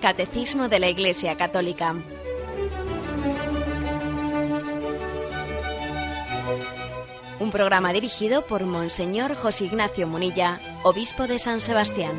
Catecismo de la Iglesia Católica. Un programa dirigido por Monseñor José Ignacio Munilla, obispo de San Sebastián.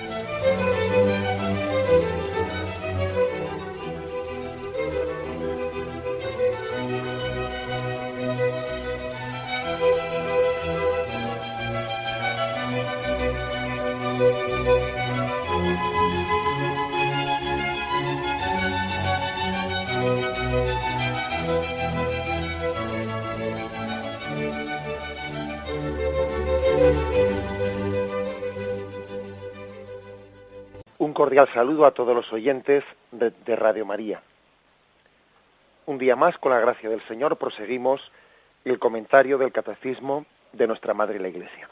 Un cordial saludo a todos los oyentes de Radio María. Un día más, con la gracia del Señor, proseguimos el comentario del Catecismo de nuestra Madre la Iglesia.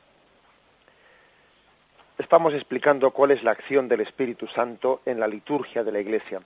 Estamos explicando cuál es la acción del Espíritu Santo en la liturgia de la Iglesia.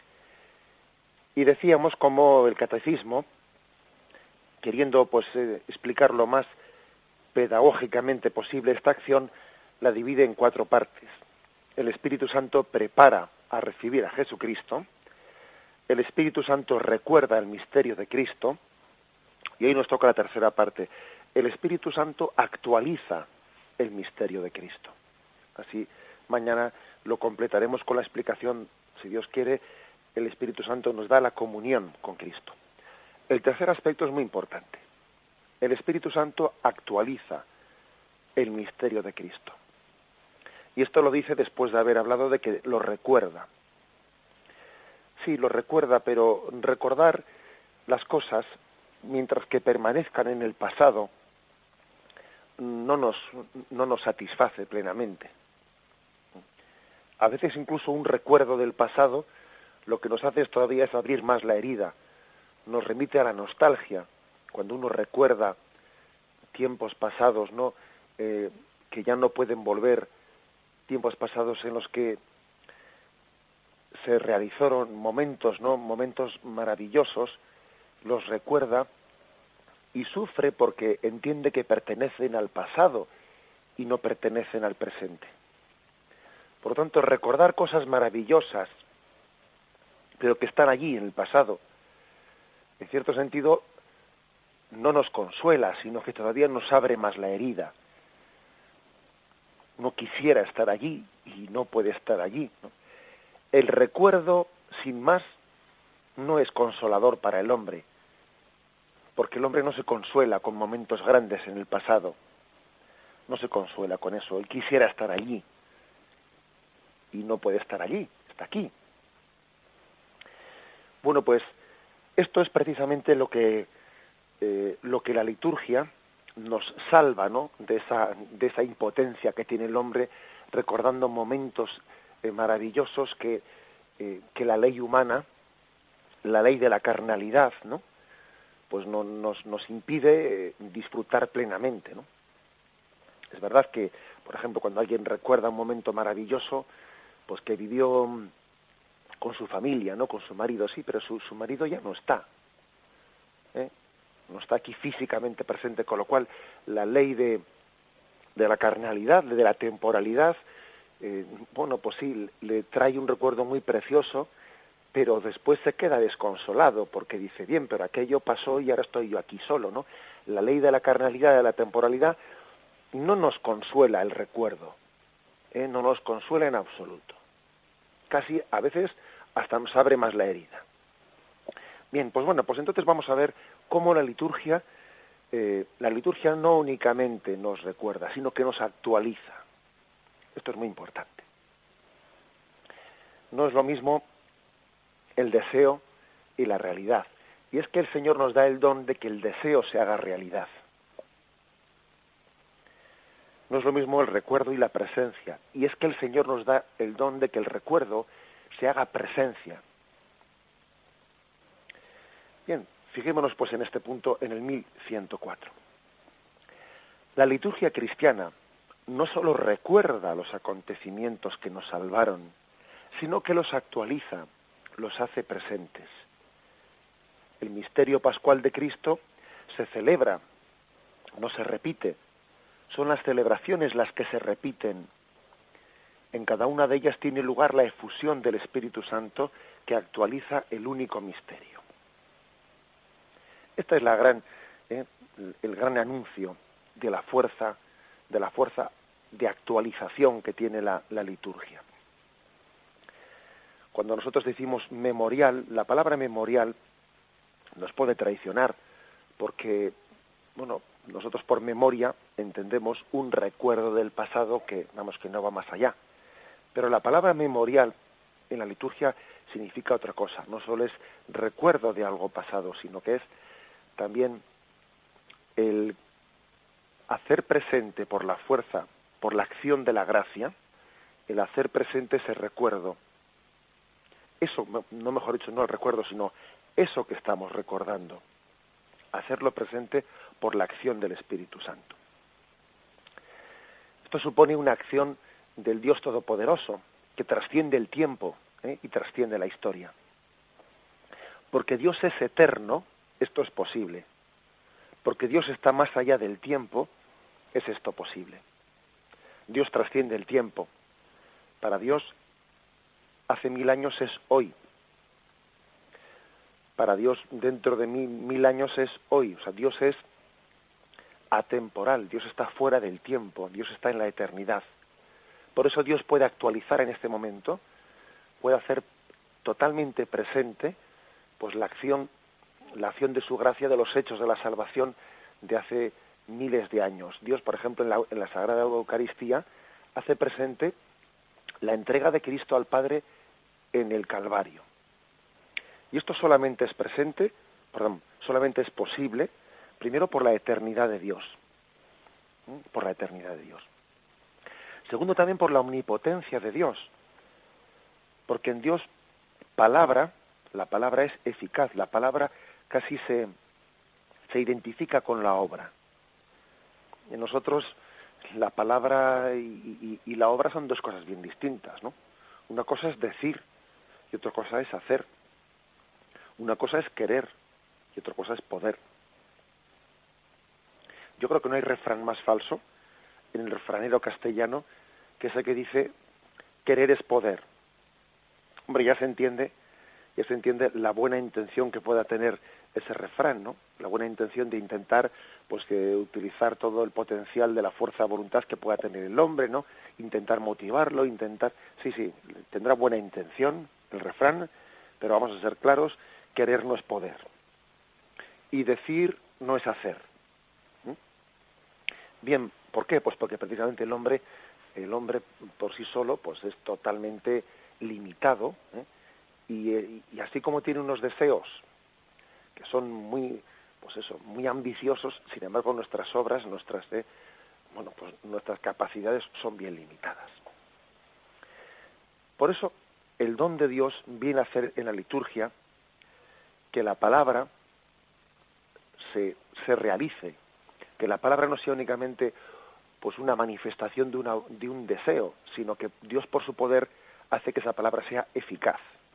Y decíamos cómo el Catecismo, queriendo explicar lo más pedagógicamente posible esta acción, la divide en 4 partes. El Espíritu Santo prepara a recibir a Jesucristo, el Espíritu Santo recuerda el misterio de Cristo, y hoy nos toca la tercera parte. El Espíritu Santo actualiza el misterio de Cristo. Así, mañana lo completaremos con la explicación, si Dios quiere, el Espíritu Santo nos da la comunión con Cristo. El tercer aspecto es muy importante. El Espíritu Santo actualiza el misterio de Cristo. Y esto lo dice después de haber hablado de que lo recuerda. Sí, lo recuerda, pero recordar las cosas, mientras que permanezcan en el pasado, no nos satisface plenamente. A veces incluso un recuerdo del pasado lo que nos hace todavía es abrir más la herida. Nos remite a la nostalgia, cuando uno recuerda tiempos pasados, ¿no? Que ya no pueden volver, tiempos pasados en los que se realizaron momentos, ¿no? Momentos maravillosos, los recuerda y sufre porque entiende que pertenecen al pasado y no pertenecen al presente. Por lo tanto, recordar cosas maravillosas, pero que están allí en el pasado, en cierto sentido, no nos consuela, sino que todavía nos abre más la herida. Uno quisiera estar allí y no puede estar allí, ¿no? El recuerdo, sin más, no es consolador para el hombre, porque el hombre no se consuela con momentos grandes en el pasado, no se consuela con eso. Él quisiera estar allí y no puede estar allí, está aquí. Bueno, pues esto es precisamente lo que la liturgia nos salva, ¿no? de esa impotencia que tiene el hombre, recordando momentos maravillosos que la ley humana, la ley de la carnalidad, ¿no? Pues nos impide disfrutar plenamente, ¿no? Es verdad que, por ejemplo, cuando alguien recuerda un momento maravilloso, pues que vivió con su familia, ¿no? Con su marido, sí, pero su marido ya no está, no está aquí físicamente presente, con lo cual la ley de la carnalidad, de la temporalidad, pues sí, le trae un recuerdo muy precioso, pero después se queda desconsolado, porque dice, bien, pero aquello pasó y ahora estoy yo aquí solo, ¿no? La ley de la carnalidad, de la temporalidad, no nos consuela el recuerdo, no nos consuela en absoluto. Casi, a veces, hasta nos abre más la herida. Bien, pues entonces vamos a ver cómo la liturgia no únicamente nos recuerda, sino que nos actualiza. Esto es muy importante. No es lo mismo el deseo y la realidad. Y es que el Señor nos da el don de que el deseo se haga realidad. No es lo mismo el recuerdo y la presencia. Y es que el Señor nos da el don de que el recuerdo se haga presencia. Bien, fijémonos pues en este punto, en el 1104. La liturgia cristiana no solo recuerda los acontecimientos que nos salvaron, sino que los actualiza, los hace presentes. El misterio pascual de Cristo se celebra, no se repite. Son las celebraciones las que se repiten En cada una de ellas tiene lugar la efusión del Espíritu Santo que actualiza el único misterio. Esta es el gran anuncio de la fuerza de actualización que tiene la liturgia. Cuando nosotros decimos memorial, la palabra memorial nos puede traicionar, porque, nosotros por memoria entendemos un recuerdo del pasado que no va más allá. Pero la palabra memorial en la liturgia significa otra cosa. No solo es recuerdo de algo pasado, sino que es también el hacer presente por la fuerza, por la acción de la gracia, el hacer presente ese recuerdo. Eso, no mejor dicho, no el recuerdo, sino eso que estamos recordando. Hacerlo presente por la acción del Espíritu Santo. Esto supone una acción del Dios Todopoderoso, que trasciende el tiempo y trasciende la historia. Porque Dios es eterno, esto es posible. Porque Dios está más allá del tiempo, es esto posible. Dios trasciende el tiempo. Para Dios, hace 1000 años es hoy. Para Dios, dentro de 1000 años es hoy. O sea, Dios es atemporal, Dios está fuera del tiempo, Dios está en la eternidad. Por eso Dios puede actualizar en este momento, puede hacer totalmente presente pues la acción de su gracia, de los hechos de la salvación de hace miles de años. Dios, por ejemplo, en la Sagrada Eucaristía, hace presente la entrega de Cristo al Padre en el Calvario. Y esto solamente es solamente es posible, primero por la eternidad de Dios. Por la eternidad de Dios. Segundo, también por la omnipotencia de Dios. Porque en Dios, la palabra es eficaz, la palabra casi se identifica con la obra. En nosotros, la palabra y la obra son dos cosas bien distintas, ¿no? Una cosa es decir y otra cosa es hacer. Una cosa es querer y otra cosa es poder. Yo creo que no hay refrán más falso en el refranero castellano que ese que dice querer es poder. Hombre, ya se entiende la buena intención que pueda tener ese refrán, ¿no? La buena intención de intentar que utilizar todo el potencial de la fuerza de voluntad que pueda tener el hombre, ¿no? Intentar motivarlo, sí, tendrá buena intención el refrán, pero vamos a ser claros, querer no es poder. Y decir no es hacer. Bien, ¿por qué? Pues porque precisamente el hombre por sí solo es totalmente limitado, y así como tiene unos deseos que son muy ambiciosos, sin embargo nuestras obras, nuestras capacidades son bien limitadas. Por eso el don de Dios viene a hacer en la liturgia que la palabra se realice, que la palabra no sea únicamente una manifestación de un deseo, sino que Dios por su poder hace que esa palabra sea eficaz.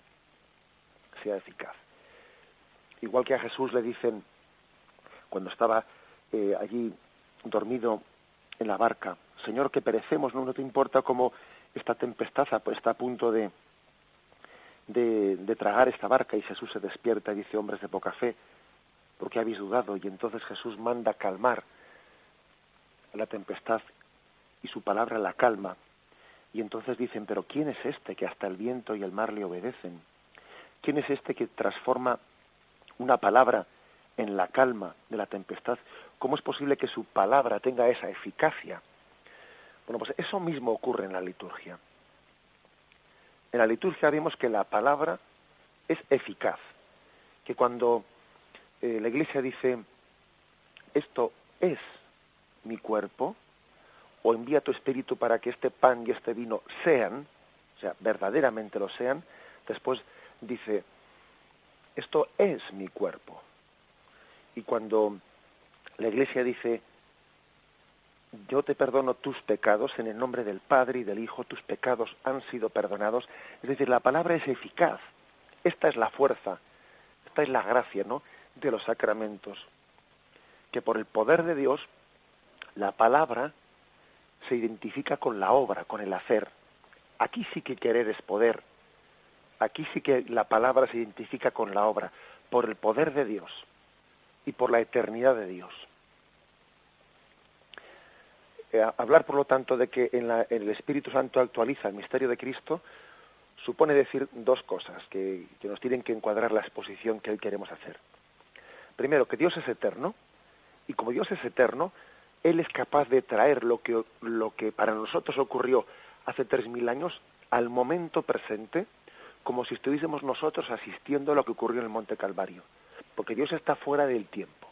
Igual que a Jesús le dicen, cuando estaba allí dormido en la barca, Señor, que perecemos, no te importa cómo esta tempestad está a punto de tragar esta barca, y Jesús se despierta y dice, hombres de poca fe, ¿por qué habéis dudado? Y entonces Jesús manda calmar la tempestad y su palabra la calma. Y entonces dicen, pero ¿quién es este que hasta el viento y el mar le obedecen? ¿Quién es este que transforma una palabra en la calma de la tempestad? ¿Cómo es posible que su palabra tenga esa eficacia? Bueno, pues eso mismo ocurre en la liturgia. En la liturgia vemos que la palabra es eficaz, que cuando la Iglesia dice, esto es mi cuerpo, o envía tu espíritu para que este pan y este vino sean, o sea, verdaderamente lo sean, después dice, esto es mi cuerpo. Y cuando la Iglesia dice, yo te perdono tus pecados, en el nombre del Padre y del Hijo, tus pecados han sido perdonados, es decir, la palabra es eficaz. Esta es la fuerza, esta es la gracia, ¿no?, de los sacramentos, que por el poder de Dios, la palabra se identifica con la obra, con el hacer. Aquí sí que querer es poder. Aquí sí que la palabra se identifica con la obra, por el poder de Dios y por la eternidad de Dios. Hablar, por lo tanto, de que en el Espíritu Santo actualiza el misterio de Cristo supone decir dos cosas que nos tienen que encuadrar la exposición que hoy queremos hacer. Primero, que Dios es eterno, y como Dios es eterno, Él es capaz de traer lo que para nosotros ocurrió hace 3000 años al momento presente, como si estuviésemos nosotros asistiendo a lo que ocurrió en el Monte Calvario, porque Dios está fuera del tiempo.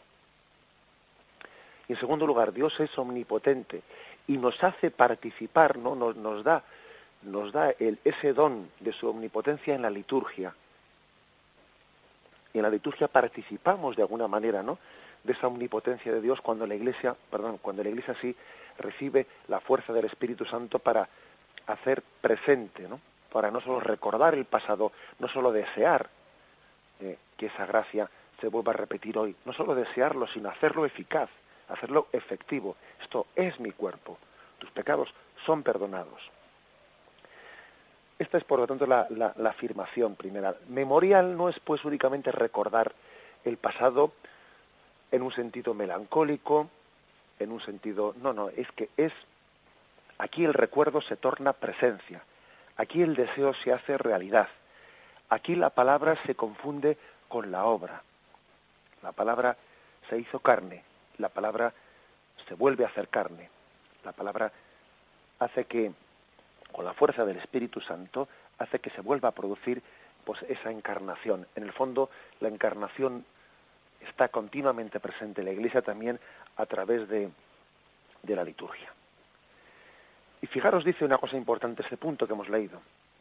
Y en segundo lugar, Dios es omnipotente y nos hace participar, ¿no? Nos da ese don de su omnipotencia en la liturgia. Y en la liturgia participamos de alguna manera, ¿no?, de esa omnipotencia de Dios cuando la Iglesia sí recibe la fuerza del Espíritu Santo para hacer presente, ¿no?, para no solo recordar el pasado, no solo desear que esa gracia se vuelva a repetir hoy, no solo desearlo, sino hacerlo eficaz, hacerlo efectivo. Esto es mi cuerpo, tus pecados son perdonados. Esta es, por lo tanto, la afirmación primera. Memorial no es, pues, únicamente recordar el pasado en un sentido melancólico, en un sentido... No, es que aquí el recuerdo se torna presencia, aquí el deseo se hace realidad, aquí la palabra se confunde con la obra. La palabra se hizo carne, la palabra se vuelve a hacer carne, la palabra hace que, con la fuerza del Espíritu Santo, hace que se vuelva a producir, pues, esa encarnación. En el fondo, la encarnación está continuamente presente en la Iglesia también a través de la liturgia. Y fijaros, dice una cosa importante este punto que hemos leído.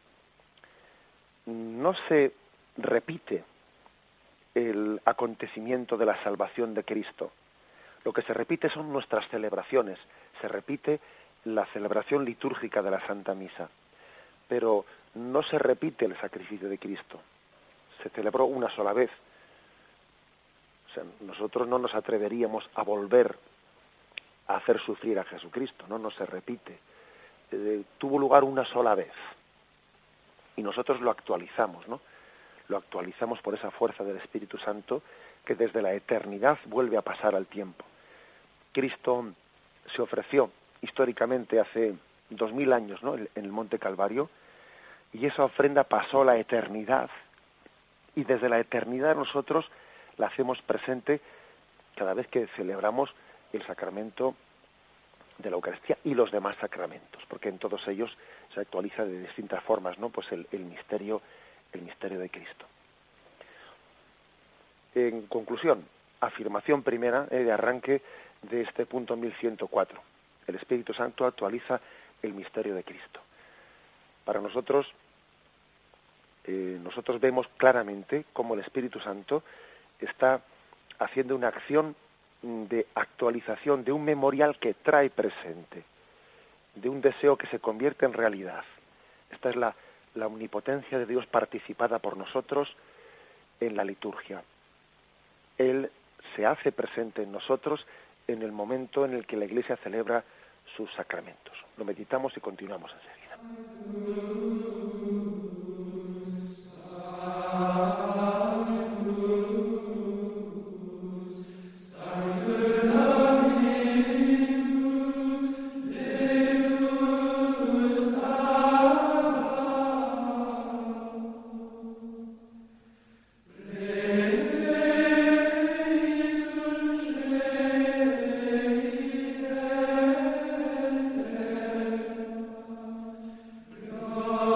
No se repite el acontecimiento de la salvación de Cristo. Lo que se repite son nuestras celebraciones. Se repite la celebración litúrgica de la Santa Misa, pero no se repite el sacrificio de Cristo. Se celebró una sola vez. O sea, nosotros no nos atreveríamos a volver a hacer sufrir a Jesucristo, no se repite. Tuvo lugar una sola vez y nosotros lo actualizamos, ¿no? Lo actualizamos por esa fuerza del Espíritu Santo que desde la eternidad vuelve a pasar al tiempo. Cristo se ofreció históricamente hace 2000 años, ¿no?, en el Monte Calvario, y esa ofrenda pasó a la eternidad, y desde la eternidad nosotros la hacemos presente cada vez que celebramos el sacramento de la Eucaristía y los demás sacramentos, porque en todos ellos se actualiza de distintas formas, ¿no?, pues el misterio de Cristo. En conclusión, afirmación primera de arranque de este punto 1104. El Espíritu Santo actualiza el misterio de Cristo. Para nosotros vemos claramente cómo el Espíritu Santo está haciendo una acción de actualización de un memorial que trae presente, de un deseo que se convierte en realidad. Esta es la omnipotencia de Dios participada por nosotros en la liturgia. Él se hace presente en nosotros en el momento en el que la Iglesia celebra sus sacramentos. Lo meditamos y continuamos enseguida. Oh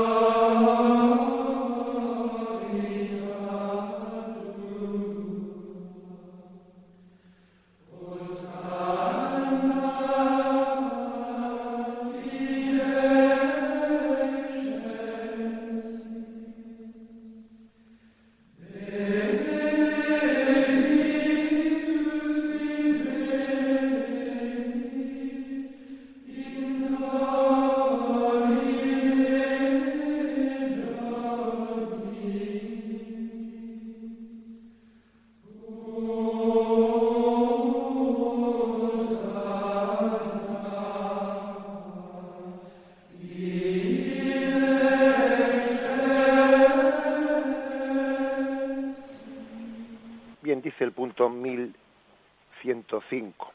el punto 1105.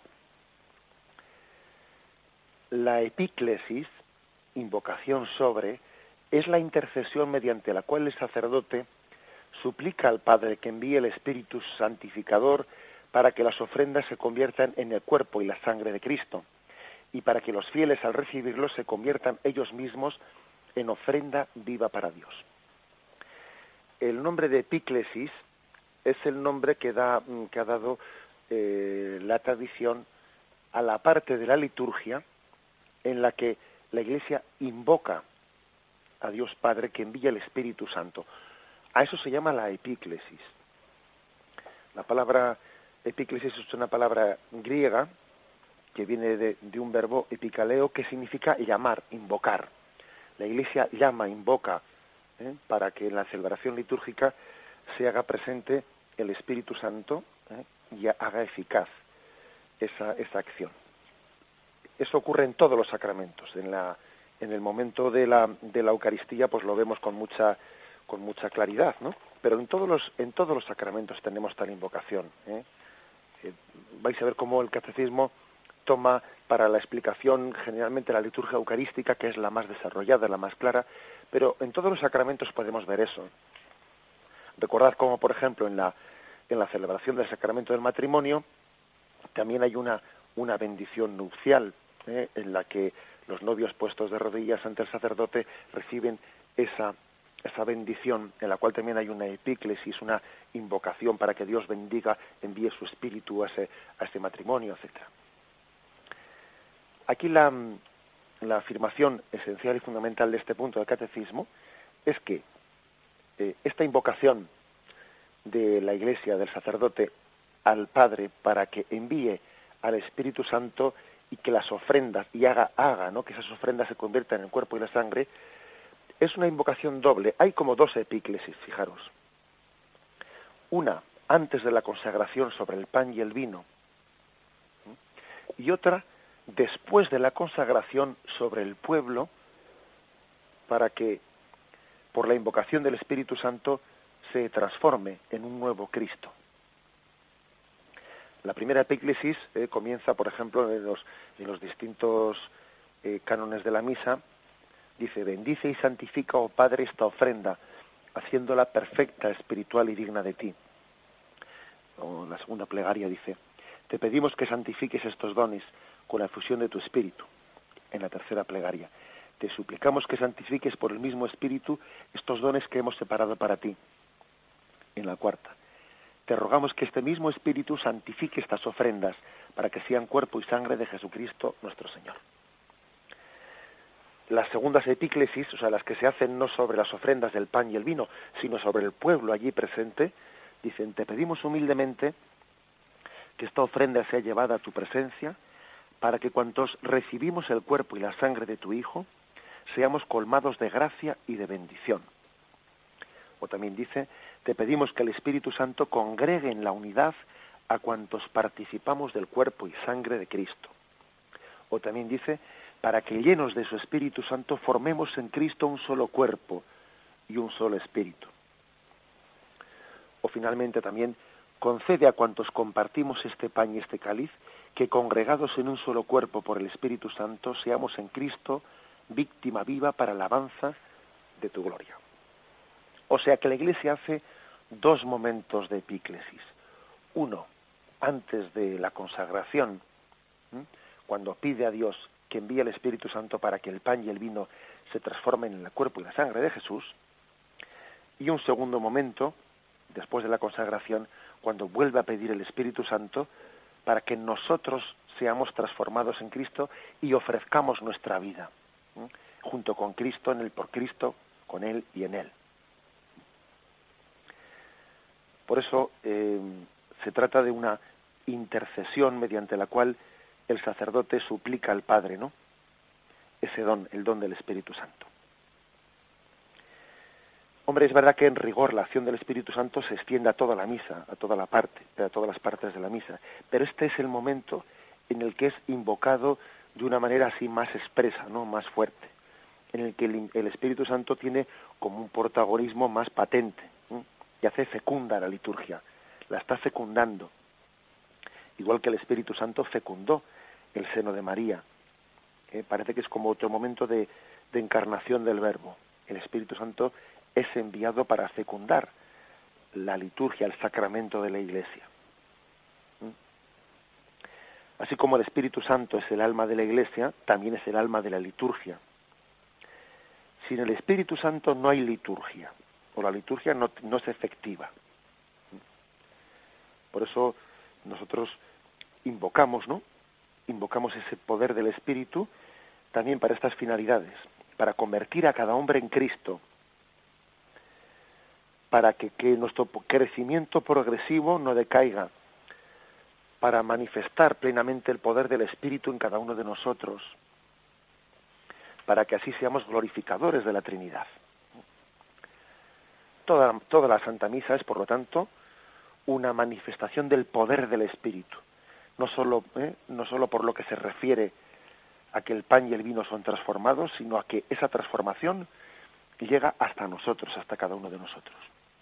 La epíclesis, invocación sobre, es la intercesión mediante la cual el sacerdote suplica al Padre que envíe el Espíritu Santificador para que las ofrendas se conviertan en el cuerpo y la sangre de Cristo, y para que los fieles al recibirlos se conviertan ellos mismos en ofrenda viva para Dios. El nombre de epíclesis es el nombre que ha dado la tradición a la parte de la liturgia en la que la Iglesia invoca a Dios Padre que envía el Espíritu Santo. A eso se llama la epíclesis. La palabra epíclesis es una palabra griega que viene de un verbo epikaleo, que significa llamar, invocar. La Iglesia llama, invoca, para que en la celebración litúrgica se haga presente el Espíritu Santo y haga eficaz esa acción. Eso ocurre en todos los sacramentos. En el momento de la Eucaristía, pues lo vemos con mucha claridad, ¿no? Pero en todos los sacramentos tenemos tal invocación. Vais a ver cómo el catecismo toma para la explicación generalmente la liturgia eucarística, que es la más desarrollada, la más clara, pero en todos los sacramentos podemos ver eso. Recordad cómo, por ejemplo, en la celebración del sacramento del matrimonio, también hay una bendición nupcial, en la que los novios puestos de rodillas ante el sacerdote reciben esa bendición, en la cual también hay una epíclesis, una invocación para que Dios bendiga, envíe su espíritu a ese matrimonio, etc. Aquí la afirmación esencial y fundamental de este punto del catecismo es que esta invocación de la Iglesia, del sacerdote, al Padre para que envíe al Espíritu Santo y que las ofrendas, y haga, ¿no?, que esas ofrendas se conviertan en el cuerpo y la sangre, es una invocación doble. Hay como dos epíclesis, fijaros. Una antes de la consagración sobre el pan y el vino, y otra después de la consagración sobre el pueblo, para que por la invocación del Espíritu Santo se transforme en un nuevo Cristo. La primera epíclesis comienza, por ejemplo, en los distintos cánones de la misa. Dice: bendice y santifica, oh Padre, esta ofrenda, haciéndola perfecta, espiritual y digna de ti. O la segunda plegaria dice: te pedimos que santifiques estos dones con la efusión de tu Espíritu. En la tercera plegaria: te suplicamos que santifiques por el mismo Espíritu estos dones que hemos separado para ti. En la cuarta: te rogamos que este mismo Espíritu santifique estas ofrendas para que sean cuerpo y sangre de Jesucristo nuestro Señor. Las segundas epíclesis, o sea, las que se hacen no sobre las ofrendas del pan y el vino, sino sobre el pueblo allí presente, dicen: te pedimos humildemente que esta ofrenda sea llevada a tu presencia, para que cuantos recibimos el cuerpo y la sangre de tu Hijo, seamos colmados de gracia y de bendición. O también dice: te pedimos que el Espíritu Santo congregue en la unidad a cuantos participamos del cuerpo y sangre de Cristo. O también dice: para que llenos de su Espíritu Santo formemos en Cristo un solo cuerpo y un solo espíritu. O finalmente también: concede a cuantos compartimos este pan y este cáliz, que congregados en un solo cuerpo por el Espíritu Santo, seamos en Cristo víctima viva para la alabanza de tu gloria. O sea que la Iglesia hace dos momentos de epíclesis. Uno, antes de la consagración, cuando pide a Dios que envíe el Espíritu Santo para que el pan y el vino se transformen en el cuerpo y la sangre de Jesús. Y un segundo momento, después de la consagración, cuando vuelve a pedir el Espíritu Santo para que nosotros seamos transformados en Cristo y ofrezcamos nuestra vida, junto con Cristo, en Él, por Cristo, con Él y en Él. Por eso se trata de una intercesión mediante la cual el sacerdote suplica al Padre, ¿no?, ese don, el don del Espíritu Santo. Hombre, es verdad que en rigor la acción del Espíritu Santo se extiende a toda la misa, a todas las partes de la misa, pero este es el momento en el que es invocado de una manera así más expresa, ¿no?, más fuerte, en el que el Espíritu Santo tiene como un protagonismo más patente, y hace fecunda la liturgia, la está fecundando, igual que el Espíritu Santo fecundó el seno de María. Parece que es como otro momento de encarnación del Verbo. El Espíritu Santo es enviado para fecundar la liturgia, el sacramento de la Iglesia. Así como el Espíritu Santo es el alma de la Iglesia, también es el alma de la liturgia. Sin el Espíritu Santo no hay liturgia, o la liturgia no es efectiva. Por eso nosotros invocamos, ¿no? Invocamos ese poder del Espíritu también para estas finalidades, para convertir a cada hombre en Cristo, para que nuestro crecimiento progresivo no decaiga, para manifestar plenamente el poder del Espíritu en cada uno de nosotros, para que así seamos glorificadores de la Trinidad. Toda la Santa Misa es, por lo tanto, una manifestación del poder del Espíritu, no solo por lo que se refiere a que el pan y el vino son transformados, sino a que esa transformación llega hasta nosotros, hasta cada uno de nosotros.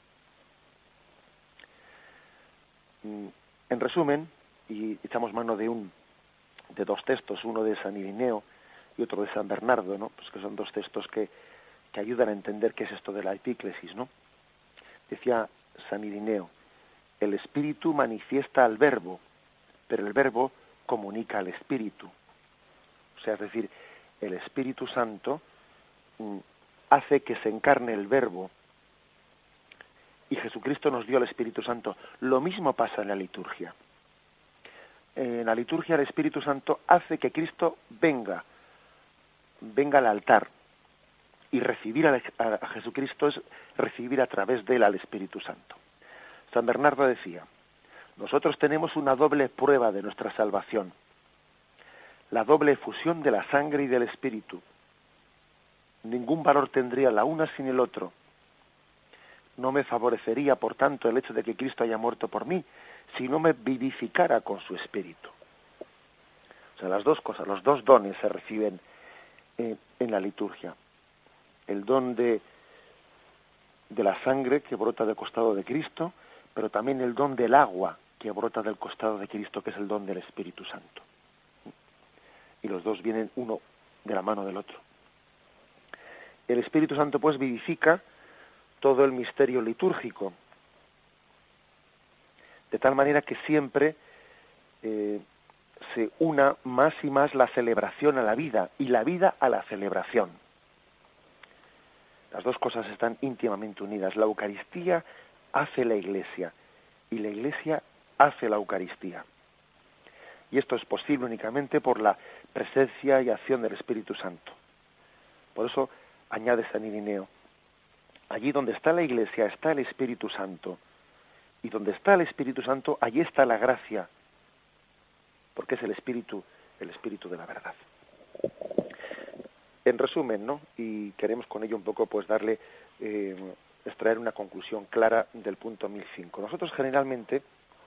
En resumen, y echamos mano de dos textos, uno de San Irineo y otro de San Bernardo, ¿no? Pues que son dos textos que ayudan a entender qué es esto de la epíclesis, ¿no? Decía San Irineo: el Espíritu manifiesta al Verbo, pero el Verbo comunica al Espíritu. O sea, es decir, el Espíritu Santo hace que se encarne el Verbo, y Jesucristo nos dio el Espíritu Santo. Lo mismo pasa en la liturgia. En la liturgia el Espíritu Santo hace que Cristo venga al altar, y recibir a Jesucristo es recibir a través de él al Espíritu Santo. San Bernardo decía: nosotros tenemos una doble prueba de nuestra salvación, la doble efusión de la sangre y del Espíritu. Ningún valor tendría la una sin el otro. No me favorecería, por tanto, el hecho de que Cristo haya muerto por mí, si no me vivificara con su Espíritu. O sea, las dos cosas, los dos dones se reciben en la liturgia. El don de la sangre que brota del costado de Cristo, pero también el don del agua que brota del costado de Cristo, que es el don del Espíritu Santo. Y los dos vienen uno de la mano del otro. El Espíritu Santo, pues, vivifica todo el misterio litúrgico, de tal manera que siempre se una más y más la celebración a la vida y la vida a la celebración. Las dos cosas están íntimamente unidas. La Eucaristía hace la Iglesia y la Iglesia hace la Eucaristía. Y esto es posible únicamente por la presencia y acción del Espíritu Santo. Por eso añade San Irineo: allí donde está la Iglesia está el Espíritu Santo, y donde está el Espíritu Santo, allí está la gracia, porque es el Espíritu de la verdad. En resumen, ¿no? Y queremos con ello un poco, pues, darle, extraer una conclusión clara del punto 1005. Nosotros generalmente,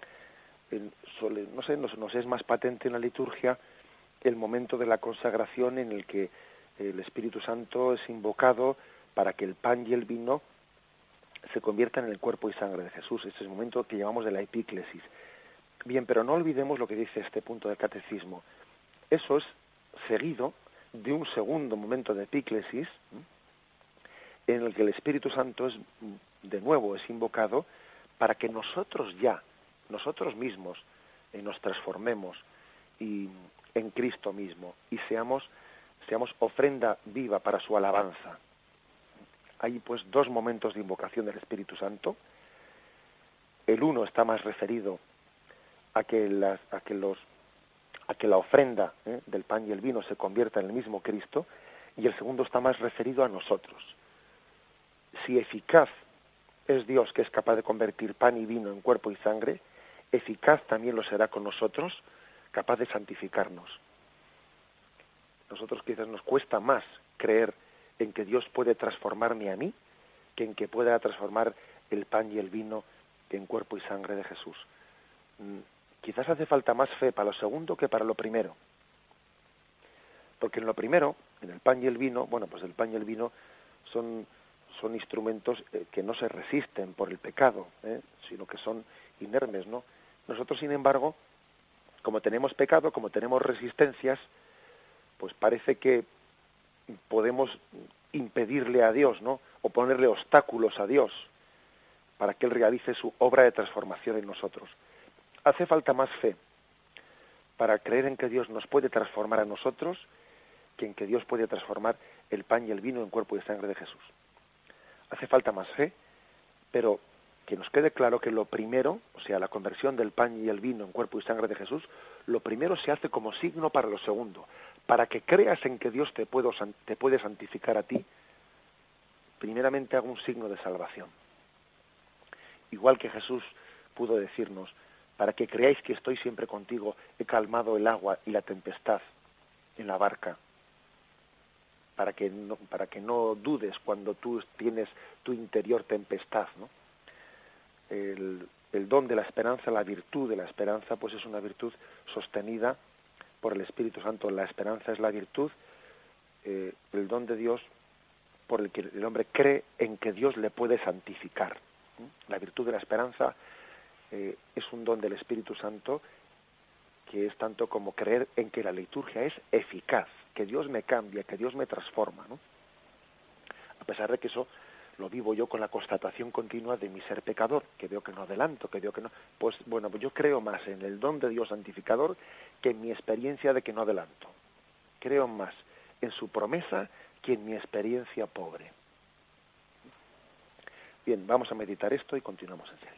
nos es más patente en la liturgia el momento de la consagración en el que el Espíritu Santo es invocado para que el pan y el vino se conviertan en el cuerpo y sangre de Jesús. Este es el momento que llamamos de la epíclesis. Bien, pero no olvidemos lo que dice este punto del catecismo. Eso es seguido de un segundo momento de epíclesis, en el que el Espíritu Santo es invocado para que nosotros mismos, nos transformemos en Cristo mismo y seamos ofrenda viva para su alabanza. Hay, pues, dos momentos de invocación del Espíritu Santo. El uno está más referido a que la ofrenda del pan y el vino se convierta en el mismo Cristo, y el segundo está más referido a nosotros. Si eficaz es Dios, que es capaz de convertir pan y vino en cuerpo y sangre, eficaz también lo será con nosotros, capaz de santificarnos. Nosotros quizás nos cuesta más creer en que Dios puede transformarme a mí, que en que pueda transformar el pan y el vino en cuerpo y sangre de Jesús. Quizás hace falta más fe para lo segundo que para lo primero. Porque en lo primero, en el pan y el vino, bueno, pues el pan y el vino son instrumentos que no se resisten por el pecado, sino que son inermes, ¿no? Nosotros, sin embargo, como tenemos pecado, como tenemos resistencias, pues parece que podemos impedirle a Dios, ¿no? O ponerle obstáculos a Dios para que Él realice su obra de transformación en nosotros. Hace falta más fe para creer en que Dios nos puede transformar a nosotros que en que Dios puede transformar el pan y el vino en cuerpo y sangre de Jesús. Hace falta más fe, pero que nos quede claro que lo primero, o sea, la conversión del pan y el vino en cuerpo y sangre de Jesús, lo primero se hace como signo para lo segundo. Para que creas en que Dios te puede santificar a ti, primeramente haga un signo de salvación. Igual que Jesús pudo decirnos, para que creáis que estoy siempre contigo, he calmado el agua y la tempestad en la barca, para que no dudes cuando tú tienes tu interior tempestad, ¿no? El don de la esperanza, la virtud de la esperanza, pues es una virtud sostenida por el Espíritu Santo. La esperanza es la virtud, el don de Dios por el que el hombre cree en que Dios le puede santificar. La virtud de la esperanza es un don del Espíritu Santo que es tanto como creer en que la liturgia es eficaz, que Dios me cambia, que Dios me transforma, ¿no? A pesar de que eso lo vivo yo con la constatación continua de mi ser pecador, que veo que no adelanto, que veo que no... Pues bueno, pues yo creo más en el don de Dios santificador que en mi experiencia de que no adelanto. Creo más en su promesa que en mi experiencia pobre. Bien, vamos a meditar esto y continuamos enseguida.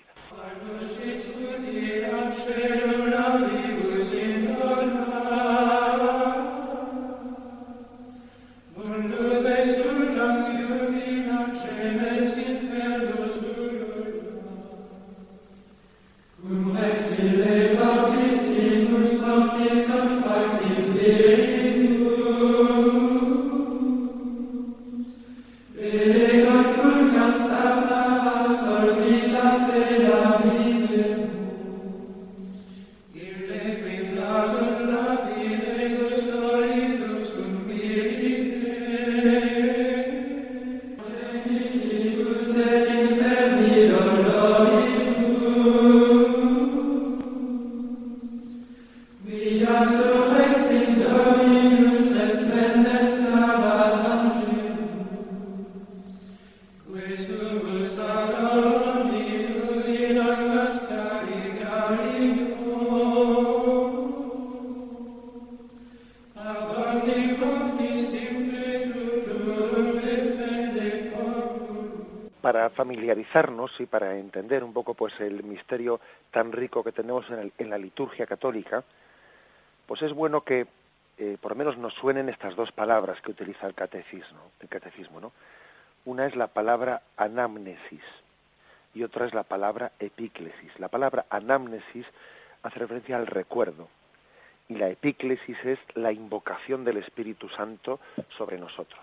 Para familiarizarnos y para entender un poco pues el misterio tan rico que tenemos en la liturgia católica, pues es bueno que por lo menos nos suenen estas dos palabras que utiliza el catecismo, ¿no? Una es la palabra anamnesis y otra es la palabra epíclesis. La palabra anamnesis hace referencia al recuerdo y la epíclesis es la invocación del Espíritu Santo sobre nosotros.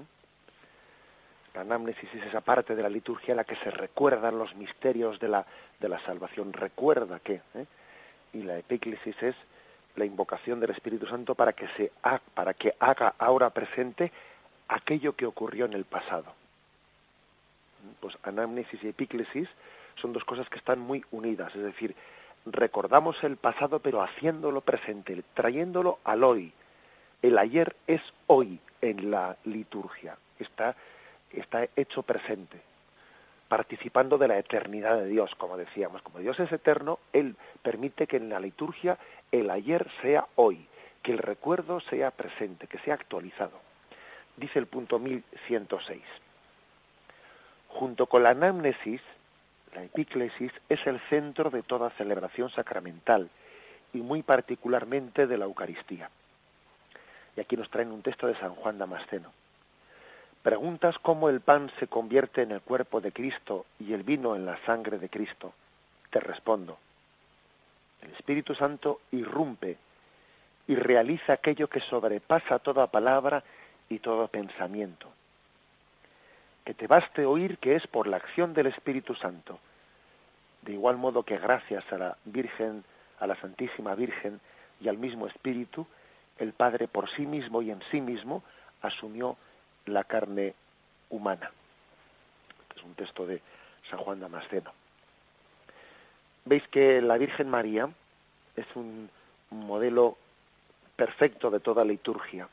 La anamnesis es esa parte de la liturgia en la que se recuerdan los misterios de la salvación. Recuerda que, y la epíclesis es la invocación del Espíritu Santo para que haga ahora presente aquello que ocurrió en el pasado. Pues anamnesis y epíclesis son dos cosas que están muy unidas, es decir, recordamos el pasado pero haciéndolo presente, trayéndolo al hoy. El ayer es hoy en la liturgia, está hecho presente, participando de la eternidad de Dios, como decíamos. Como Dios es eterno, Él permite que en la liturgia el ayer sea hoy, que el recuerdo sea presente, que sea actualizado. Dice el punto 1106. Junto con la anamnesis, la epíclesis es el centro de toda celebración sacramental y muy particularmente de la Eucaristía. Y aquí nos traen un texto de San Juan Damasceno. Preguntas cómo el pan se convierte en el cuerpo de Cristo y el vino en la sangre de Cristo. Te respondo. El Espíritu Santo irrumpe y realiza aquello que sobrepasa toda palabra y todo pensamiento. Que te baste oír que es por la acción del Espíritu Santo. De igual modo que gracias a la Virgen, a la Santísima Virgen y al mismo Espíritu, el Padre por sí mismo y en sí mismo asumió la carne humana. Es un texto de San Juan Damasceno. veis que la Virgen María es un modelo perfecto de toda liturgia.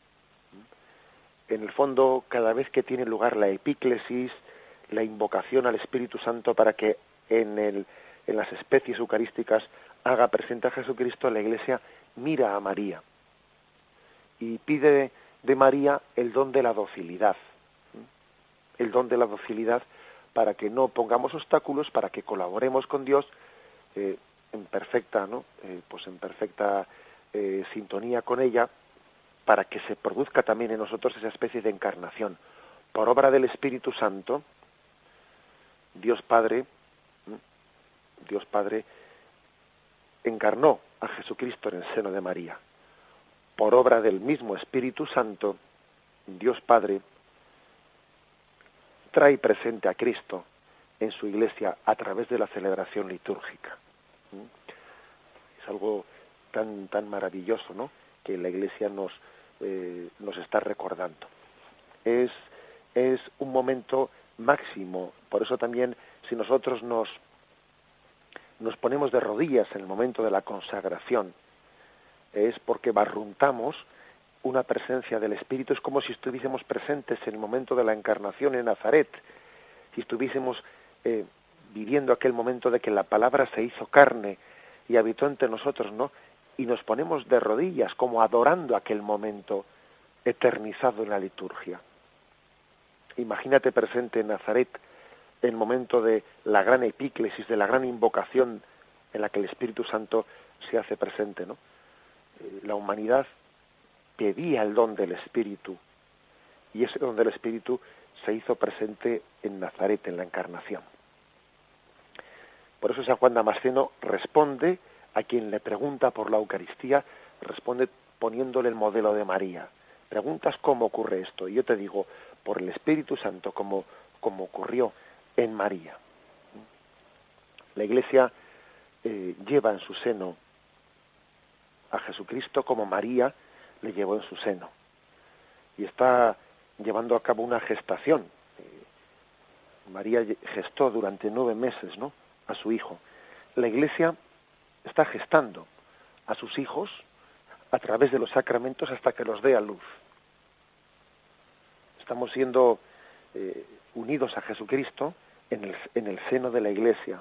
En el fondo, cada vez que tiene lugar la epíclesis, la invocación al Espíritu Santo para que en las especies eucarísticas haga presente a Jesucristo, la Iglesia mira a María y pide de María el don de la docilidad. El don de la docilidad para que no pongamos obstáculos, para que colaboremos con Dios en perfecta, ¿no? En perfecta sintonía con ella, para que se produzca también en nosotros esa especie de encarnación. Por obra del Espíritu Santo, Dios Padre encarnó a Jesucristo en el seno de María. Por obra del mismo Espíritu Santo, Dios Padre trae presente a Cristo en su Iglesia a través de la celebración litúrgica. Es algo tan maravilloso, ¿no?, que la Iglesia nos está recordando. Es un momento máximo. Por eso también, si nosotros nos ponemos de rodillas en el momento de la consagración, es porque barruntamos una presencia del Espíritu. Es como si estuviésemos presentes en el momento de la encarnación en Nazaret, si estuviésemos viviendo aquel momento de que la palabra se hizo carne y habitó entre nosotros, ¿no? Y nos ponemos de rodillas, como adorando aquel momento eternizado en la liturgia. Imagínate presente en Nazaret, en el momento de la gran epíclesis, de la gran invocación en la que el Espíritu Santo se hace presente, ¿no? La humanidad pedía el don del Espíritu, y ese don del Espíritu se hizo presente en Nazaret, en la encarnación. Por eso San Juan Damasceno responde a quien le pregunta por la Eucaristía, responde poniéndole el modelo de María. Preguntas cómo ocurre esto, y yo te digo, por el Espíritu Santo, como ocurrió en María. La Iglesia lleva en su seno a Jesucristo como María le llevó en su seno, y está llevando a cabo una gestación. María gestó durante 9 meses, ¿no?, a su hijo. La Iglesia está gestando a sus hijos a través de los sacramentos hasta que los dé a luz. Estamos siendo unidos a Jesucristo en el seno de la Iglesia.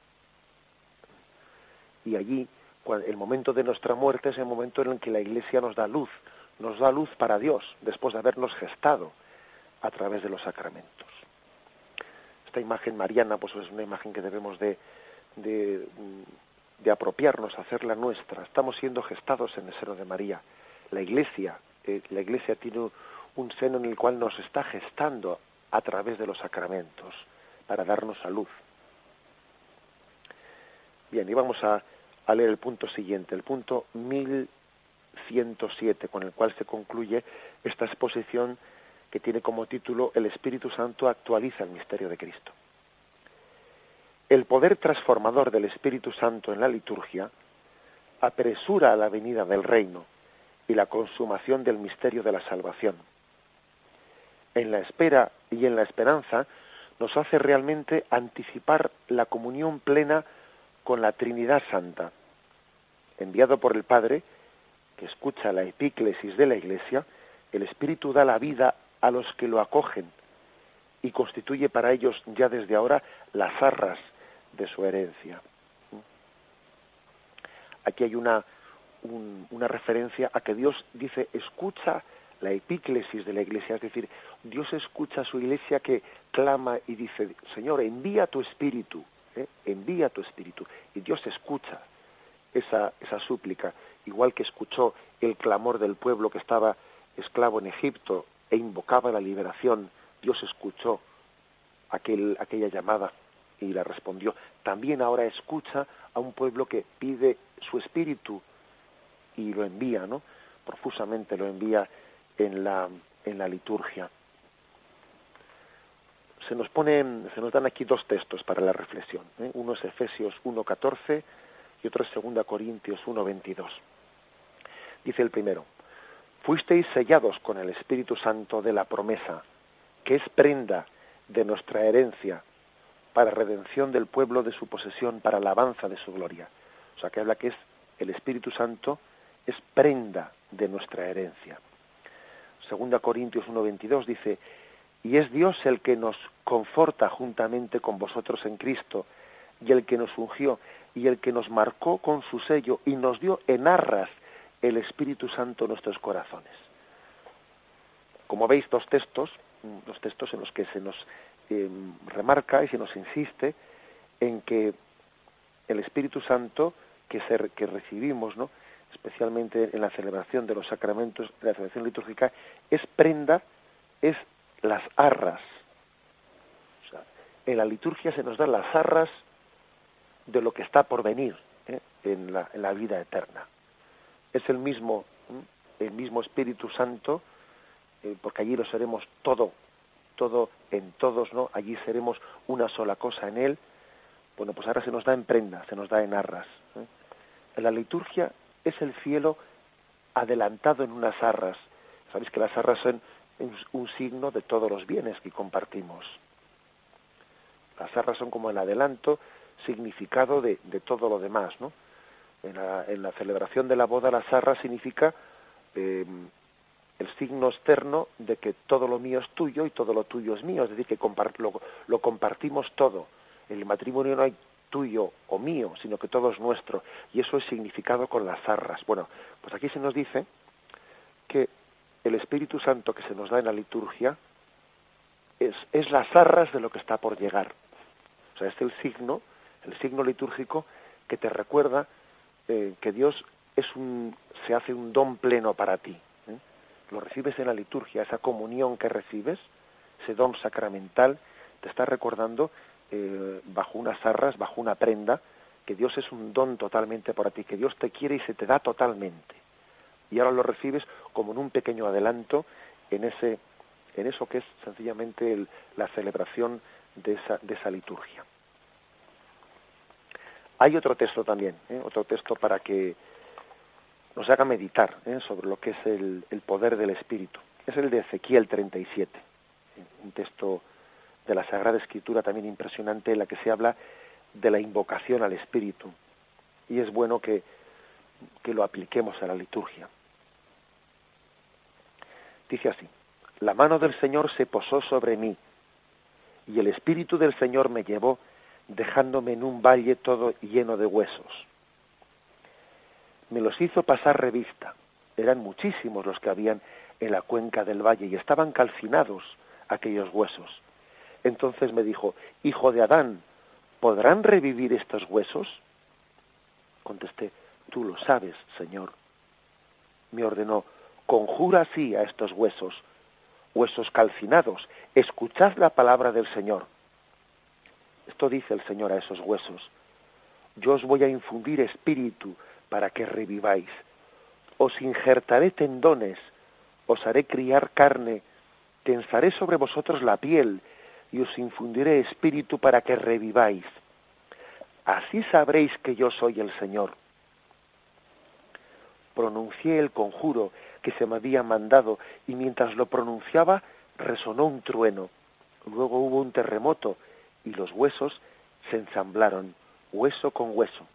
Y allí, el momento de nuestra muerte es el momento en el que la Iglesia nos da luz para Dios, después de habernos gestado a través de los sacramentos. Esta imagen mariana, pues es una imagen que debemos de apropiarnos, hacerla nuestra. Estamos siendo gestados en el seno de María. La Iglesia tiene un seno en el cual nos está gestando a través de los sacramentos para darnos a luz. Bien, y vamos a leer el punto siguiente, el punto 1107, con el cual se concluye esta exposición que tiene como título El Espíritu Santo actualiza el misterio de Cristo. El poder transformador del Espíritu Santo en la liturgia apresura la venida del reino y la consumación del misterio de la salvación. En la espera y en la esperanza nos hace realmente anticipar la comunión plena con la Trinidad Santa. Enviado por el Padre, que escucha la epíclesis de la Iglesia, el Espíritu da la vida a los que lo acogen y constituye para ellos ya desde ahora las arras de su herencia. Aquí hay una referencia a que Dios dice, escucha la epíclesis de la Iglesia, es decir, Dios escucha a su Iglesia que clama y dice, Señor, envía tu Espíritu, envía tu Espíritu, y Dios escucha esa súplica, igual que escuchó el clamor del pueblo que estaba esclavo en Egipto e invocaba la liberación. Dios escuchó aquella llamada y la respondió. También ahora escucha a un pueblo que pide su Espíritu y lo envía, ¿no? Profusamente lo envía en la liturgia. Se nos dan aquí 2 textos para la reflexión, ¿eh? Uno es Efesios 1:14 y otro es 2 Corintios 1:22. Dice el primero: fuisteis sellados con el Espíritu Santo de la promesa, que es prenda de nuestra herencia, para redención del pueblo de su posesión, para alabanza de su gloria. O sea, que habla que es el Espíritu Santo es prenda de nuestra herencia. 2 Corintios 1:22 dice: y es Dios el que nos conforta juntamente con vosotros en Cristo, y el que nos ungió, y el que nos marcó con su sello, y nos dio en arras el Espíritu Santo en nuestros corazones. Como veis, dos textos en los que se nos remarca y se nos insiste en que el Espíritu Santo que recibimos, ¿no?, especialmente en la celebración de los sacramentos, de la celebración litúrgica, es prenda, es las arras. O sea, en la liturgia se nos dan las arras de lo que está por venir en la vida eterna. Es el mismo Espíritu Santo, porque allí lo seremos todo en todos, ¿no? Allí seremos una sola cosa en él. Bueno, pues ahora se nos da en prenda, se nos da en arras. En la liturgia es el cielo adelantado en unas arras. Sabéis que las arras son un signo de todos los bienes que compartimos. Las arras son como el adelanto significado de todo lo demás, ¿no? En la celebración de la boda, las arras significa el signo externo de que todo lo mío es tuyo y todo lo tuyo es mío, es decir, que lo compartimos todo. En el matrimonio no hay tuyo o mío, sino que todo es nuestro, y eso es significado con las arras. Bueno, pues aquí se nos dice que el Espíritu Santo que se nos da en la liturgia es las arras de lo que está por llegar. O sea, es el signo litúrgico que te recuerda que Dios se hace un don pleno para ti. Lo recibes en la liturgia, esa comunión que recibes, ese don sacramental, te está recordando bajo unas arras, bajo una prenda, que Dios es un don totalmente para ti, que Dios te quiere y se te da totalmente. Y ahora lo recibes como en un pequeño adelanto en eso que es sencillamente la celebración de esa liturgia. Hay otro texto también, otro texto para que nos haga meditar sobre lo que es el poder del Espíritu. Es el de Ezequiel 37, un texto de la Sagrada Escritura también impresionante, en la que se habla de la invocación al Espíritu. Y es bueno que lo apliquemos a la liturgia. Dice así: la mano del Señor se posó sobre mí, y el Espíritu del Señor me llevó, dejándome en un valle todo lleno de huesos. Me los hizo pasar revista. Eran muchísimos los que habían en la cuenca del valle, y estaban calcinados aquellos huesos. Entonces me dijo: hijo de Adán, ¿podrán revivir estos huesos? Contesté: tú lo sabes, Señor. Me ordenó: conjura así a estos huesos calcinados, escuchad la palabra del Señor. Esto dice el Señor a esos huesos: yo os voy a infundir espíritu para que reviváis. Os injertaré tendones, os haré criar carne, tensaré sobre vosotros la piel, y os infundiré espíritu para que reviváis. Así sabréis que yo soy el Señor. Pronuncié el conjuro que se me había mandado, y mientras lo pronunciaba resonó un trueno. Luego hubo un terremoto, y los huesos se ensamblaron, hueso con hueso.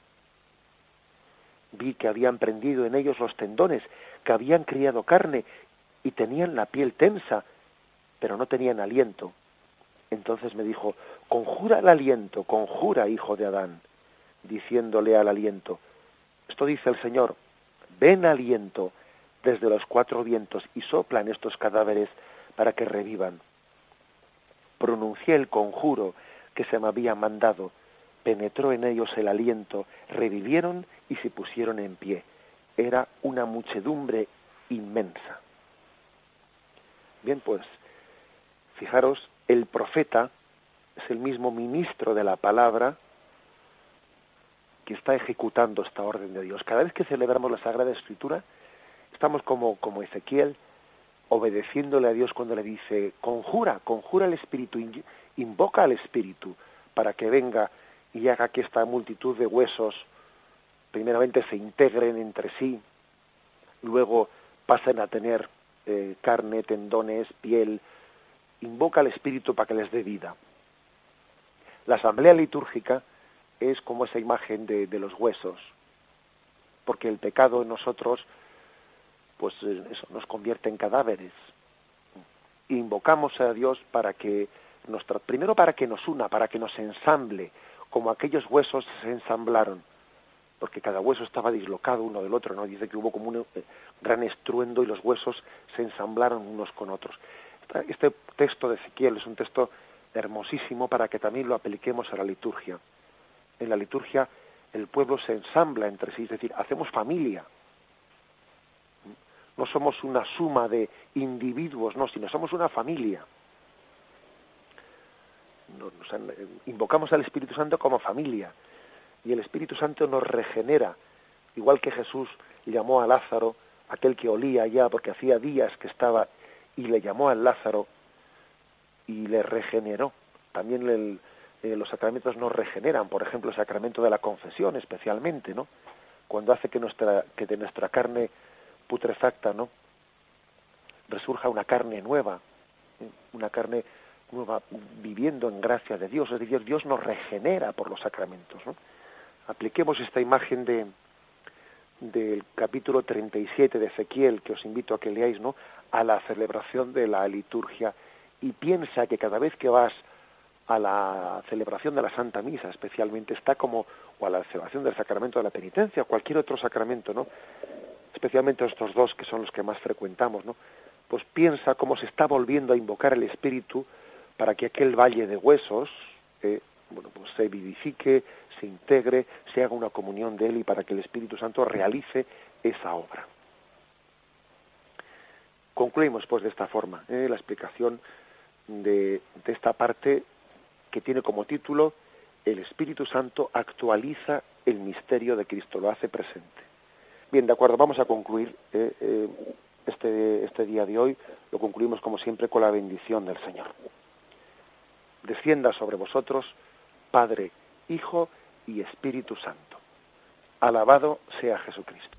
Vi que habían prendido en ellos los tendones, que habían criado carne, y tenían la piel tensa, pero no tenían aliento. Entonces me dijo: conjura el aliento, conjura, hijo de Adán, diciéndole al aliento. Esto dice el Señor: ven aliento desde los cuatro vientos y sopla en estos cadáveres para que revivan. Pronuncié el conjuro que se me había mandado, penetró en ellos el aliento, revivieron y se pusieron en pie. Era una muchedumbre inmensa. Bien, pues, fijaros, el profeta es el mismo ministro de la palabra que está ejecutando esta orden de Dios. Cada vez que celebramos la Sagrada Escritura, estamos como Ezequiel, obedeciéndole a Dios cuando le dice: conjura el Espíritu, invoca al Espíritu para que venga y haga que esta multitud de huesos primeramente se integren entre sí, luego pasen a tener carne, tendones, piel. Invoca al Espíritu para que les dé vida. La asamblea litúrgica es como esa imagen de los huesos, porque el pecado en nosotros, pues eso, nos convierte en cadáveres. Invocamos a Dios para que primero para que nos una, para que nos ensamble, como aquellos huesos se ensamblaron, porque cada hueso estaba dislocado uno del otro, ¿no? Dice que hubo como un gran estruendo y los huesos se ensamblaron unos con otros. Este texto de Ezequiel es un texto hermosísimo para que también lo apliquemos a la liturgia. En la liturgia el pueblo se ensambla entre sí, es decir, hacemos familia. No somos una suma de individuos, no, sino somos una familia. Invocamos al Espíritu Santo como familia, y el Espíritu Santo nos regenera, igual que Jesús llamó a Lázaro, aquel que olía ya porque hacía días que estaba, y le llamó a Lázaro y le regeneró. También los sacramentos nos regeneran, por ejemplo el sacramento de la confesión especialmente, ¿no? Cuando hace que de nuestra carne putrefacta, ¿no?, resurja una carne nueva, viviendo en gracia de Dios. Es decir, Dios nos regenera por los sacramentos, ¿no? Apliquemos esta imagen del capítulo 37 de Ezequiel, que os invito a que leáis, ¿no?, a la celebración de la liturgia, y piensa que cada vez que vas a la celebración de la Santa Misa, especialmente, o a la celebración del sacramento de la penitencia, o cualquier otro sacramento, ¿no?, especialmente estos dos que son los que más frecuentamos, ¿no?, pues piensa cómo se está volviendo a invocar el Espíritu para que aquel valle de huesos, pues se vivifique, se integre, se haga una comunión de él, y para que el Espíritu Santo realice esa obra. Concluimos pues de esta forma la explicación de esta parte que tiene como título: el Espíritu Santo actualiza el misterio de Cristo, lo hace presente. Bien, de acuerdo, vamos a concluir este día de hoy. Lo concluimos como siempre con la bendición del Señor. Descienda sobre vosotros, Padre, Hijo y Espíritu Santo. Alabado sea Jesucristo.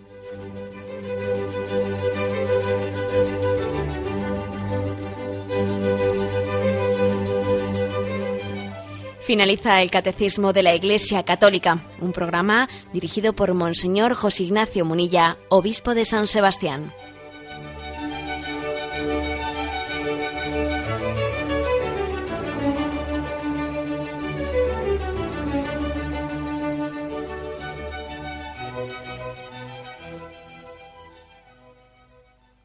Finaliza el Catecismo de la Iglesia Católica, un programa dirigido por Monseñor José Ignacio Munilla, obispo de San Sebastián.